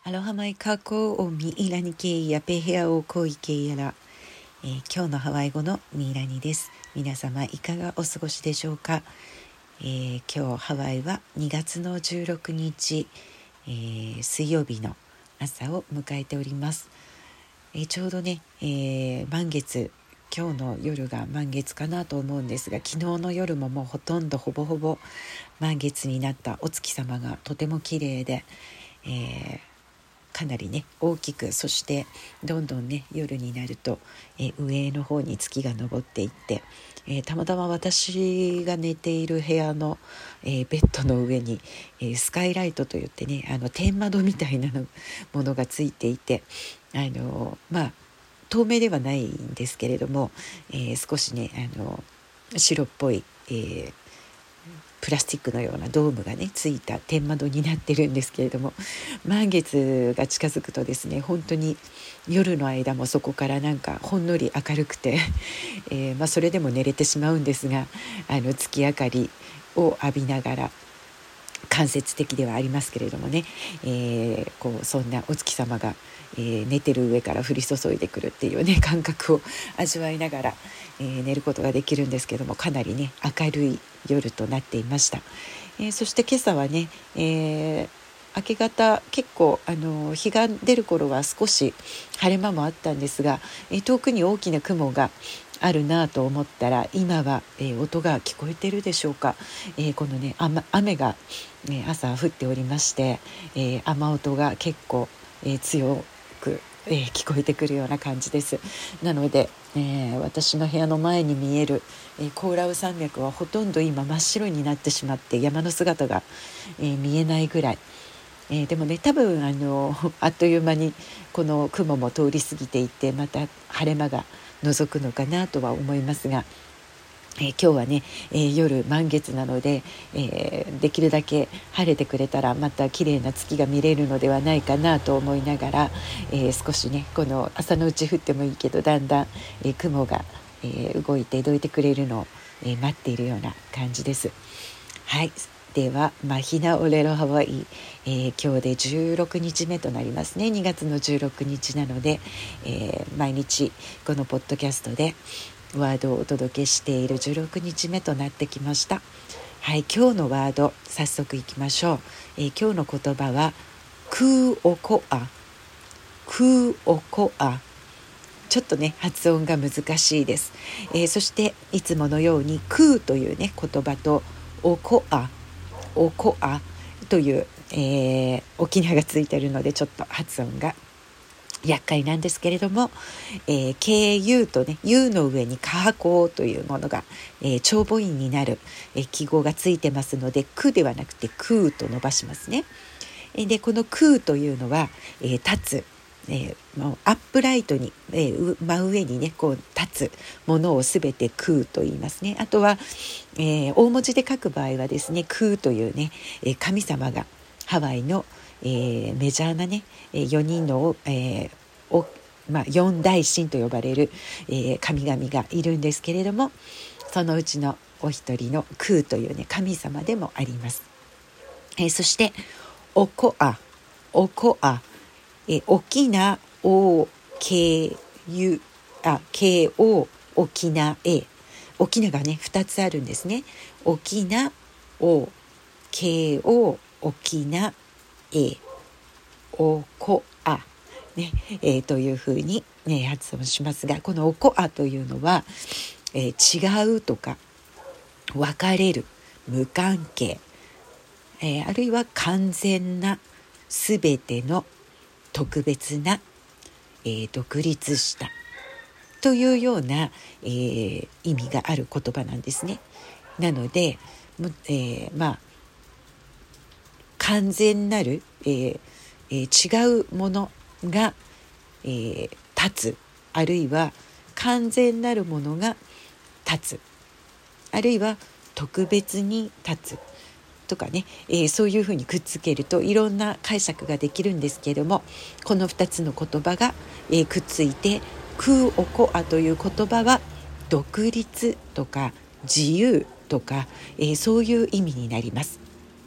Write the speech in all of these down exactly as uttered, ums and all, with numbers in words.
アロハマイカコをミイラニケイヤペヘアをコイケイヤラ、えー、今日のハワイ語のミイラニです。皆様いかがお過ごしでしょうか。えー、今日ハワイはにがつのじゅうろくにち、えー、水曜日の朝を迎えております。えー、ちょうどね、えー、満月、今日の夜が満月かなと思うんですが、昨日の夜ももうほとんどほぼほぼ満月になったお月様がとても綺麗で、えーかなりね大きく、そしてどんどんね夜になると、えー、上の方に月が昇っていって、えー、たまたま私が寝ている部屋の、えー、ベッドの上に、えー、スカイライトといってね、あの天窓みたいなのものがついていて、あのまあ透明ではないんですけれども、えー、少しねあの白っぽい、えープラスチックのようなドームがねついた天窓になってるんですけれども、満月が近づくとですね、本当に夜の間もそこからなんかほんのり明るくて、えーまあ、それでも寝れてしまうんですが、あの月明かりを浴びながら、間接的ではありますけれどもね、えー、こうそんなお月様が、えー、寝てる上から降り注いでくるっていうね感覚を味わいながら、えー、寝ることができるんですけども、かなりね明るい夜となっていました。えー、そして今朝はね、えー、明け方結構あの日が出る頃は少し晴れ間もあったんですが、えー、遠くに大きな雲があるなと思ったら、今は、えー、音が聞こえてるでしょうか。えー、このね雨、雨が、ね、朝降っておりまして、えー、雨音が結構、えー、強く、えー、聞こえてくるような感じです。なので、えー、私の部屋の前に見える、えー、コーラウ山脈はほとんど今真っ白になってしまって、山の姿が、えー、見えないぐらい、えー、でもね多分あのあっという間にこの雲も通り過ぎていって、また晴れ間が覗くのかなとは思いますが、えー、今日はね、えー、夜満月なので、えー、できるだけ晴れてくれたらまた綺麗な月が見れるのではないかなと思いながら、えー、少しねこの朝のうち降ってもいいけど、だんだん、えー、雲が、えー、動いてどいてくれるのを、えー、待っているような感じです。はい、ではマヒナオレロハワイ、えー、今日でじゅうろくにちめとなりますね。にがつのじゅうろくにちなので、えー、毎日このポッドキャストでワードをお届けしているじゅうろくにちめとなってきました。はい、今日のワード早速いきましょう。えー、今日の言葉はクーオコア。クーオコア、ちょっとね発音が難しいです。えー、そしていつものようにクーというね言葉とオコアオコアという、えー、沖縄がついているのでちょっと発音が厄介なんですけれども、えー、ケーユー とね U の上にカーコーというものが、えー、長母音になる、えー、記号がついてますので、クではなくてクーと伸ばしますね。でこのクーというのは、えー、立つ、えー、もうアップライトに、えー、真上にねこう立つものをすべてクーと言いますね。あとは、えー、大文字で書く場合はですね、クーというね、えー、神様がハワイの、えー、メジャーなねよにんの、えーおまあ、四大神と呼ばれる、えー、神々がいるんですけれども、そのうちのお一人のクーというね神様でもあります。えー、そしておこあおこあ、えー、沖縄おけゆあけお沖縄え沖縄がねふたつあるんですね。沖縄おけお沖縄えおこあね、えー、というふうに、ね、発音しますが、このおこあというのは、えー、違うとか分かれる、無関係、えー、あるいは完全な、すべての、特別な、えー、独立したというような、えー、意味がある言葉なんですね。なので、えー、まあ完全なる、えーえー、違うものが、えー、立つ、あるいは完全なるものが立つ、あるいは特別に立つとかね、えー、そういうふうにくっつけるといろんな解釈ができるんですけれども、このふたつの言葉が、えー、くっついてクーオコアという言葉は独立とか自由とか、えー、そういう意味になります。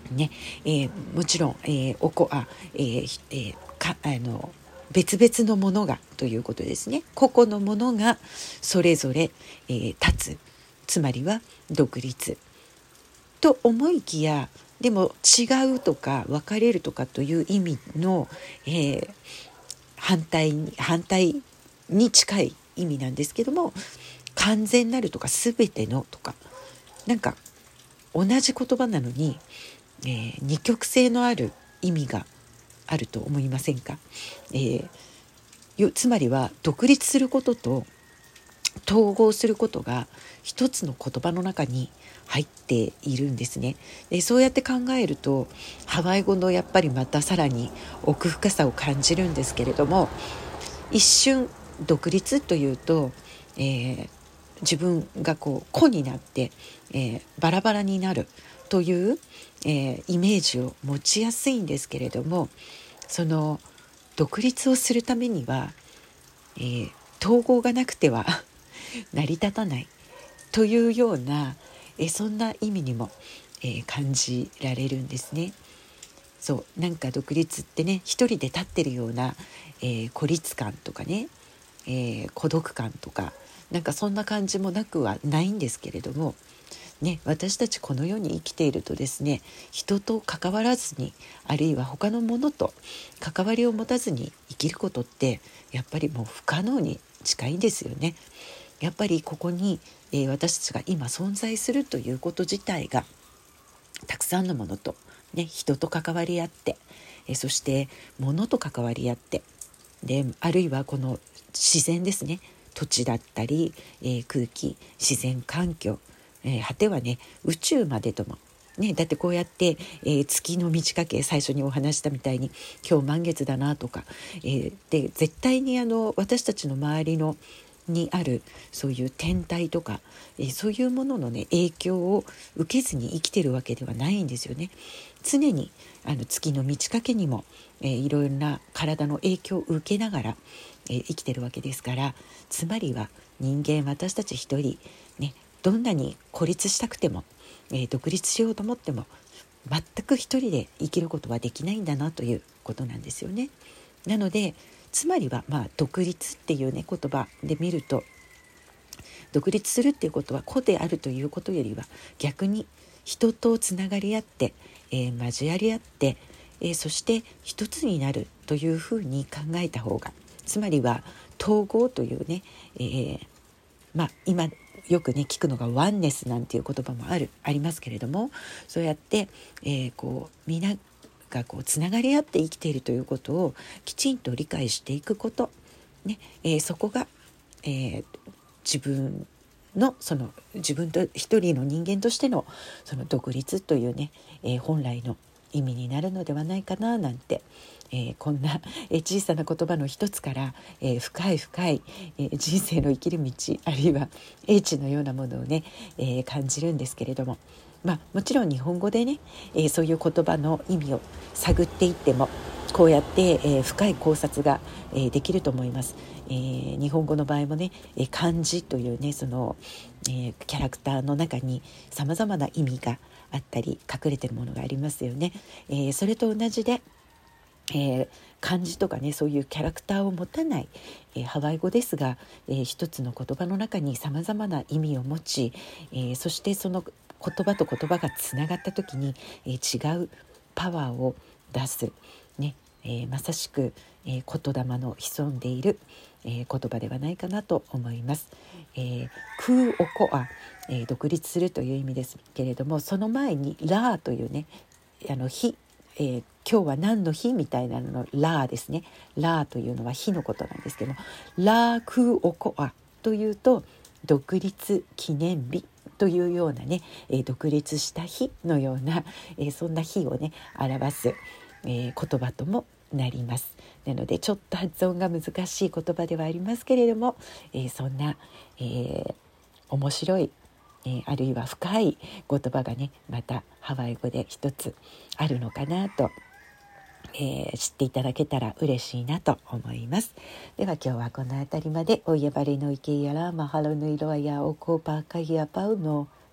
ねえー、もちろん、えー、おこあ、えーえー、かあの別々のものがということですね。個々のものがそれぞれ、えー、立つ、つまりは独立と思いきや、でも違うとか分かれるとかという意味の、えー、反対に反対に近い意味なんですけども、完全なるとか全てのとか、なんか同じ言葉なのに、えー、二極性のある意味があると思いませんか？えー、よつまりは独立することと統合することが一つの言葉の中に入っているんですね。でそうやって考えるとハワイ語のやっぱりまたさらに奥深さを感じるんですけれども、一瞬独立というと、えー、自分がこう個になって、えー、バラバラになるという、えー、イメージを持ちやすいんですけれども、その独立をするためには、えー、統合がなくては成り立たないというような、えー、そんな意味にも、えー、感じられるんですね。そうなんか独立ってね、一人で立ってるような、えー、孤立感とかね、えー、孤独感とか、なんかそんな感じもなくはないんですけれどもね、私たちこの世に生きているとですね、人と関わらずに、あるいは他のものと関わりを持たずに生きることってやっぱりもう不可能に近いんですよね。やっぱりここに、えー、私たちが今存在するということ自体が、たくさんのものと、ね、人と関わり合って、えー、そして物と関わり合って、であるいはこの自然ですね、土地だったり、えー、空気、自然環境、えー、果てはね宇宙までともね、だってこうやって、えー、月の満ち欠け、最初にお話したみたいに今日満月だなとか、えー、で絶対にあの私たちの周りのにあるそういう天体とか、えー、そういうもののね影響を受けずに生きてるわけではないんですよね。常にあの月の満ち欠けにも、えー、いろいろな体の影響を受けながら、えー、生きてるわけですから、つまりは人間、私たち一人ね、どんなに孤立したくても、えー、独立しようと思っても全く一人で生きることはできないんだなということなんですよね。なのでつまりは、まあ、独立っていうね言葉で見ると、独立するっていうことは個であるということよりは、逆に人とつながり合って、えー、交わり合って、えー、そして一つになるというふうに考えた方が、つまりは統合というね、えー、まあ今よくね聞くのがワンネスなんていう言葉もあるありますけれども、そうやって、えー、こうみんながこうつながり合って生きているということをきちんと理解していくこと、ねえー、そこが、えー、自分のその自分と一人の人間としてのその独立というね、えー、本来の意味になるのではないかななんて、えー、こんな、えー、小さな言葉の一つから、えー、深い深い、えー、人生の生きる道、あるいは英知のようなものをね、えー、感じるんですけれども、まあ、もちろん日本語でね、えー、そういう言葉の意味を探っていってもこうやって、えー、深い考察が、えー、できると思います。えー、日本語の場合もね、えー、漢字というねその、えー、キャラクターの中にさまざまな意味があったり隠れているものがありますよね。えー、それと同じで、えー、漢字とかねそういうキャラクターを持たない、えー、ハワイ語ですが、えー、一つの言葉の中にさまざまな意味を持ち、えー、そしてその言葉と言葉がつながった時に、えー、違うパワーを出す、ねえー、まさしく、えー、言霊の潜んでいる、えー、言葉ではないかなと思います。えー、クーオコア、えー、独立するという意味ですけれども、その前にラーというねあの日、えー、今日は何の日みたいなののラーですね。ラーというのは日のことなんですけども、ラークーオコアというと独立記念日というようなね、えー、独立した日のような、えー、そんな日をね表す、えー、言葉ともなります。なのでちょっと発音が難しい言葉ではありますけれども、えー、そんな、えー、面白い、えー、あるいは深い言葉がねまたハワイ語で一つあるのかなと、えー、知っていただけたら嬉しいなと思います。では今日はこの辺りまで。おやばれのいけやらマハロの色はやおこばかやばうの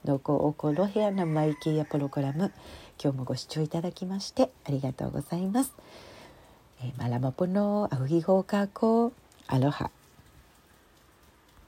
のこおこロヘアナマイケやプログラム、今日もご視聴いただきましてありがとうございます。えー、マラマポのアフヒホーカーコアロハ。